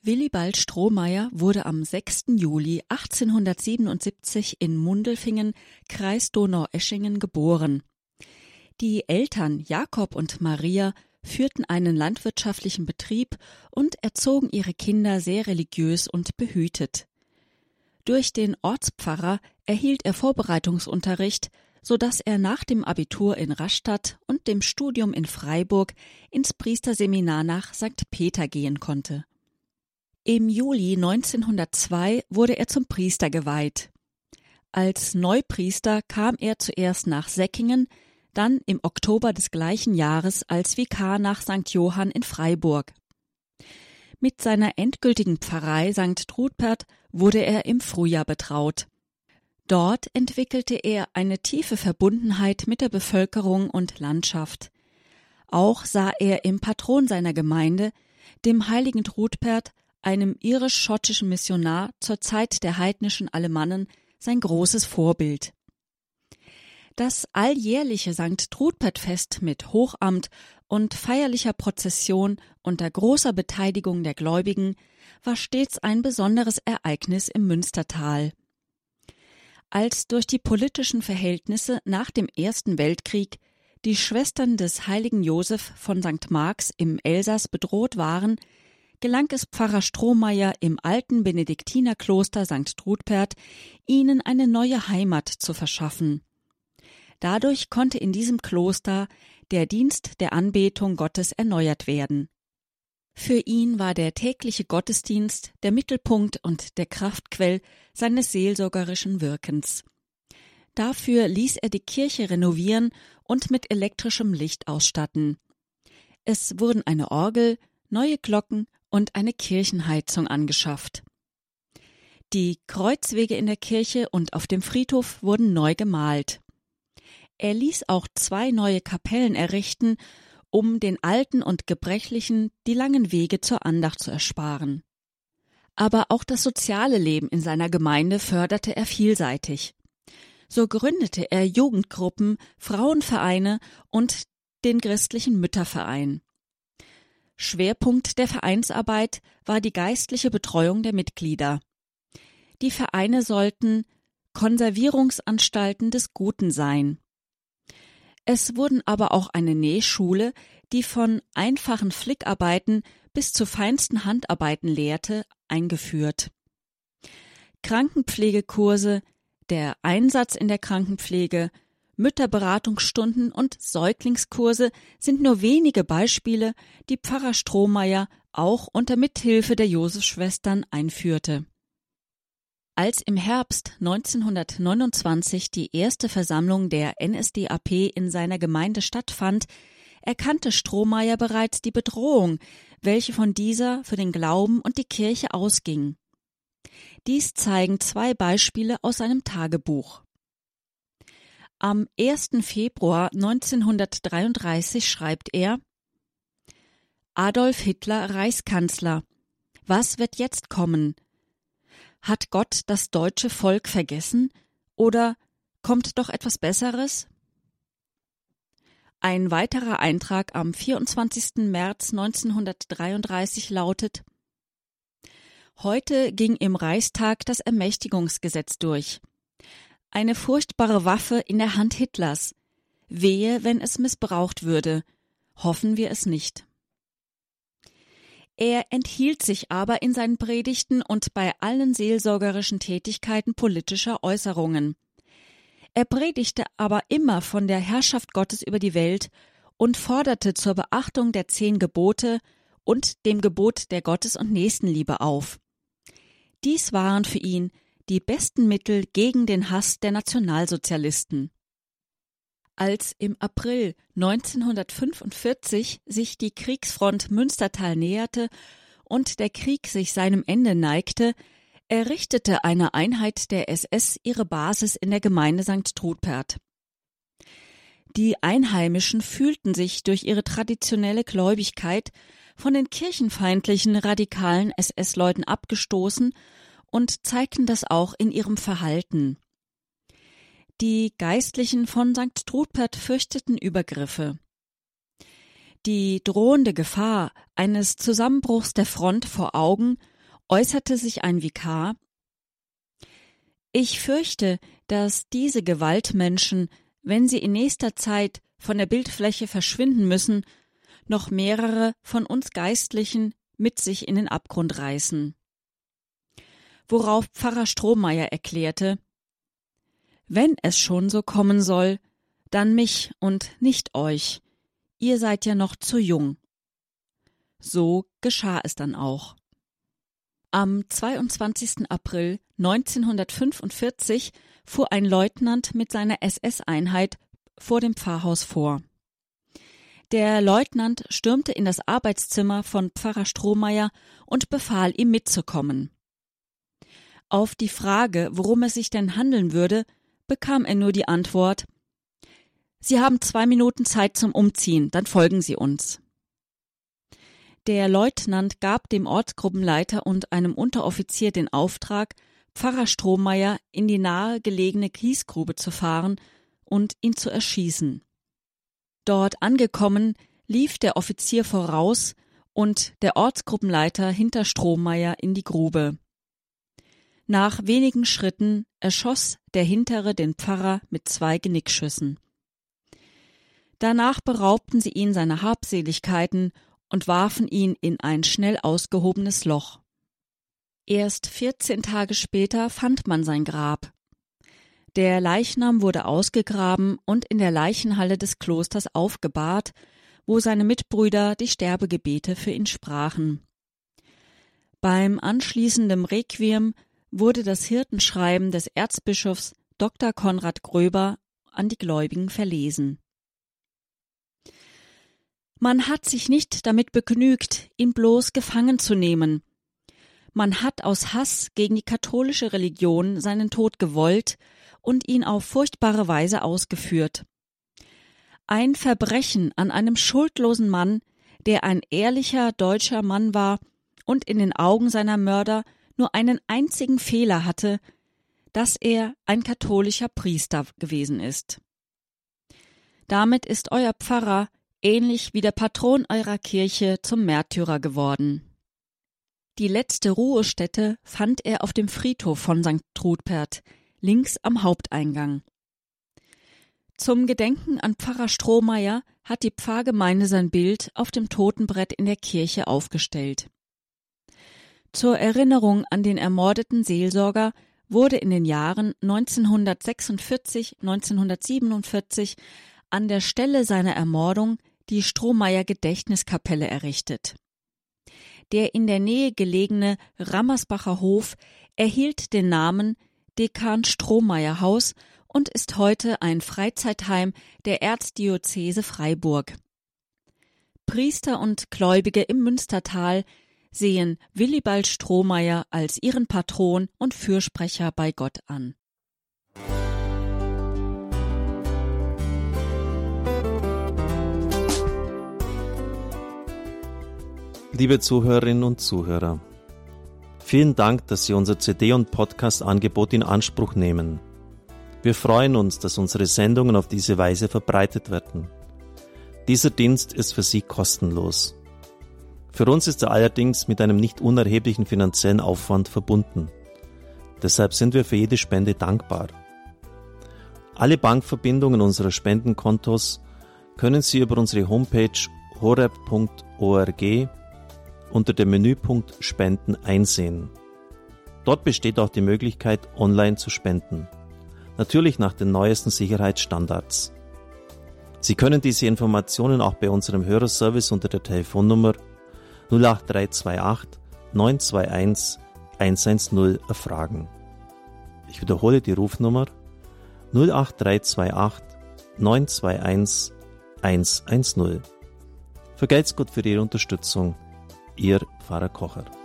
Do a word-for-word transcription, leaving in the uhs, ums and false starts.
Willibald Strohmeier wurde am sechsten Juli achtzehnhundertsiebenundsiebzig in Mundelfingen, Kreis Donaueschingen, geboren. Die Eltern Jakob und Maria führten einen landwirtschaftlichen Betrieb und erzogen ihre Kinder sehr religiös und behütet. Durch den Ortspfarrer erhielt er Vorbereitungsunterricht, so dass er nach dem Abitur in Rastatt und dem Studium in Freiburg ins Priesterseminar nach Sankt Peter gehen konnte. Im Juli neunzehnhundertzwei wurde er zum Priester geweiht. Als Neupriester kam er zuerst nach Säckingen, dann im Oktober des gleichen Jahres als Vikar nach Sankt Johann in Freiburg. Mit seiner endgültigen Pfarrei Sankt Trudpert wurde er im Frühjahr betraut. Dort entwickelte er eine tiefe Verbundenheit mit der Bevölkerung und Landschaft. Auch sah er im Patron seiner Gemeinde, dem heiligen Trudpert, einem irisch-schottischen Missionar zur Zeit der heidnischen Alemannen, sein großes Vorbild. Das alljährliche Sankt Trudpert-Fest mit Hochamt und feierlicher Prozession unter großer Beteiligung der Gläubigen war stets ein besonderes Ereignis im Münstertal. Als durch die politischen Verhältnisse nach dem Ersten Weltkrieg die Schwestern des heiligen Josef von Sankt Marx im Elsass bedroht waren, gelang es Pfarrer Strohmeier im alten Benediktinerkloster Sankt Trudpert, ihnen eine neue Heimat zu verschaffen. Dadurch konnte in diesem Kloster der Dienst der Anbetung Gottes erneuert werden. Für ihn war der tägliche Gottesdienst der Mittelpunkt und der Kraftquell seines seelsorgerischen Wirkens. Dafür ließ er die Kirche renovieren und mit elektrischem Licht ausstatten. Es wurden eine Orgel, neue Glocken und eine Kirchenheizung angeschafft. Die Kreuzwege in der Kirche und auf dem Friedhof wurden neu gemalt. Er ließ auch zwei neue Kapellen errichten, um den Alten und Gebrechlichen die langen Wege zur Andacht zu ersparen. Aber auch das soziale Leben in seiner Gemeinde förderte er vielseitig. So gründete er Jugendgruppen, Frauenvereine und den christlichen Mütterverein. Schwerpunkt der Vereinsarbeit war die geistliche Betreuung der Mitglieder. Die Vereine sollten Konservierungsanstalten des Guten sein. Es wurden aber auch eine Nähschule, die von einfachen Flickarbeiten bis zu feinsten Handarbeiten lehrte, eingeführt. Krankenpflegekurse, der Einsatz in der Krankenpflege, Mütterberatungsstunden und Säuglingskurse sind nur wenige Beispiele, die Pfarrer Strohmeier auch unter Mithilfe der Josefschwestern einführte. Als im Herbst neunzehnhundertneunundzwanzig die erste Versammlung der N S D A P in seiner Gemeinde stattfand, erkannte Strohmeier bereits die Bedrohung, welche von dieser für den Glauben und die Kirche ausging. Dies zeigen zwei Beispiele aus seinem Tagebuch. Am ersten Februar neunzehnhundertdreiunddreißig schreibt er: Adolf Hitler Reichskanzler. Was wird jetzt kommen? Hat Gott das deutsche Volk vergessen? Oder kommt doch etwas Besseres? Ein weiterer Eintrag am vierundzwanzigsten März neunzehnhundertdreiunddreißig lautet: Heute ging im Reichstag das Ermächtigungsgesetz durch. Eine furchtbare Waffe in der Hand Hitlers. Wehe, wenn es missbraucht würde. Hoffen wir es nicht. Er enthielt sich aber in seinen Predigten und bei allen seelsorgerischen Tätigkeiten politischer Äußerungen. Er predigte aber immer von der Herrschaft Gottes über die Welt und forderte zur Beachtung der zehn Gebote und dem Gebot der Gottes- und Nächstenliebe auf. Dies waren für ihn die besten Mittel gegen den Hass der Nationalsozialisten. Als im April neunzehnhundertfünfundvierzig sich die Kriegsfront Münstertal näherte und der Krieg sich seinem Ende neigte, errichtete eine Einheit der S S ihre Basis in der Gemeinde Sankt Trudpert. Die Einheimischen fühlten sich durch ihre traditionelle Gläubigkeit von den kirchenfeindlichen radikalen S S-Leuten abgestoßen und zeigten das auch in ihrem Verhalten. Die Geistlichen von Sankt Trudpert fürchteten Übergriffe. Die drohende Gefahr eines Zusammenbruchs der Front vor Augen äußerte sich ein Vikar: Ich fürchte, dass diese Gewaltmenschen, wenn sie in nächster Zeit von der Bildfläche verschwinden müssen, noch mehrere von uns Geistlichen mit sich in den Abgrund reißen. Worauf Pfarrer Strohmeier erklärte: Wenn es schon so kommen soll, dann mich und nicht euch. Ihr seid ja noch zu jung. So geschah es dann auch. Am zweiundzwanzigsten April neunzehnhundertfünfundvierzig fuhr ein Leutnant mit seiner S S-Einheit vor dem Pfarrhaus vor. Der Leutnant stürmte in das Arbeitszimmer von Pfarrer Strohmeier und befahl ihm mitzukommen. Auf die Frage, worum es sich denn handeln würde, bekam er nur die Antwort: Sie haben zwei Minuten Zeit zum Umziehen, dann folgen Sie uns. Der Leutnant gab dem Ortsgruppenleiter und einem Unteroffizier den Auftrag, Pfarrer Strohmeier in die nahe gelegene Kiesgrube zu fahren und ihn zu erschießen. Dort angekommen, lief der Offizier voraus und der Ortsgruppenleiter hinter Strohmeier in die Grube. Nach wenigen Schritten erschoss der Hintere den Pfarrer mit zwei Genickschüssen. Danach beraubten sie ihn seiner Habseligkeiten und warfen ihn in ein schnell ausgehobenes Loch. Erst vierzehn Tage später fand man sein Grab. Der Leichnam wurde ausgegraben und in der Leichenhalle des Klosters aufgebahrt, wo seine Mitbrüder die Sterbegebete für ihn sprachen. Beim anschließenden Requiem wurde das Hirtenschreiben des Erzbischofs Doktor Konrad Gröber an die Gläubigen verlesen. Man hat sich nicht damit begnügt, ihn bloß gefangen zu nehmen. Man hat aus Hass gegen die katholische Religion seinen Tod gewollt und ihn auf furchtbare Weise ausgeführt. Ein Verbrechen an einem schuldlosen Mann, der ein ehrlicher deutscher Mann war und in den Augen seiner Mörder nur einen einzigen Fehler hatte, dass er ein katholischer Priester gewesen ist. Damit ist euer Pfarrer, ähnlich wie der Patron eurer Kirche, zum Märtyrer geworden. Die letzte Ruhestätte fand er auf dem Friedhof von Sankt Trudpert, links am Haupteingang. Zum Gedenken an Pfarrer Strohmeier hat die Pfarrgemeinde sein Bild auf dem Totenbrett in der Kirche aufgestellt. Zur Erinnerung an den ermordeten Seelsorger wurde in den Jahren neunzehnhundertsechsundvierzig bis neunzehnhundertsiebenundvierzig an der Stelle seiner Ermordung die Strohmeier-Gedächtniskapelle errichtet. Der in der Nähe gelegene Rammersbacher Hof erhielt den Namen Dekan-Strohmeier-Haus und ist heute ein Freizeitheim der Erzdiözese Freiburg. Priester und Gläubige im Münstertal sehen Willibald Strohmeier als ihren Patron und Fürsprecher bei Gott an. Liebe Zuhörerinnen und Zuhörer, vielen Dank, dass Sie unser C D- und Podcast-Angebot in Anspruch nehmen. Wir freuen uns, dass unsere Sendungen auf diese Weise verbreitet werden. Dieser Dienst ist für Sie kostenlos. Für uns ist er allerdings mit einem nicht unerheblichen finanziellen Aufwand verbunden. Deshalb sind wir für jede Spende dankbar. Alle Bankverbindungen unserer Spendenkontos können Sie über unsere Homepage horeb punkt org unter dem Menüpunkt Spenden einsehen. Dort besteht auch die Möglichkeit, online zu spenden. Natürlich nach den neuesten Sicherheitsstandards. Sie können diese Informationen auch bei unserem Hörerservice unter der Telefonnummer null acht drei zwei acht neun zwei eins eins eins null erfragen. Ich wiederhole die Rufnummer null acht drei zwei acht neun zwei eins eins eins null. Vergelt's Gott für Ihre Unterstützung. Ihr Pfarrer Kocher.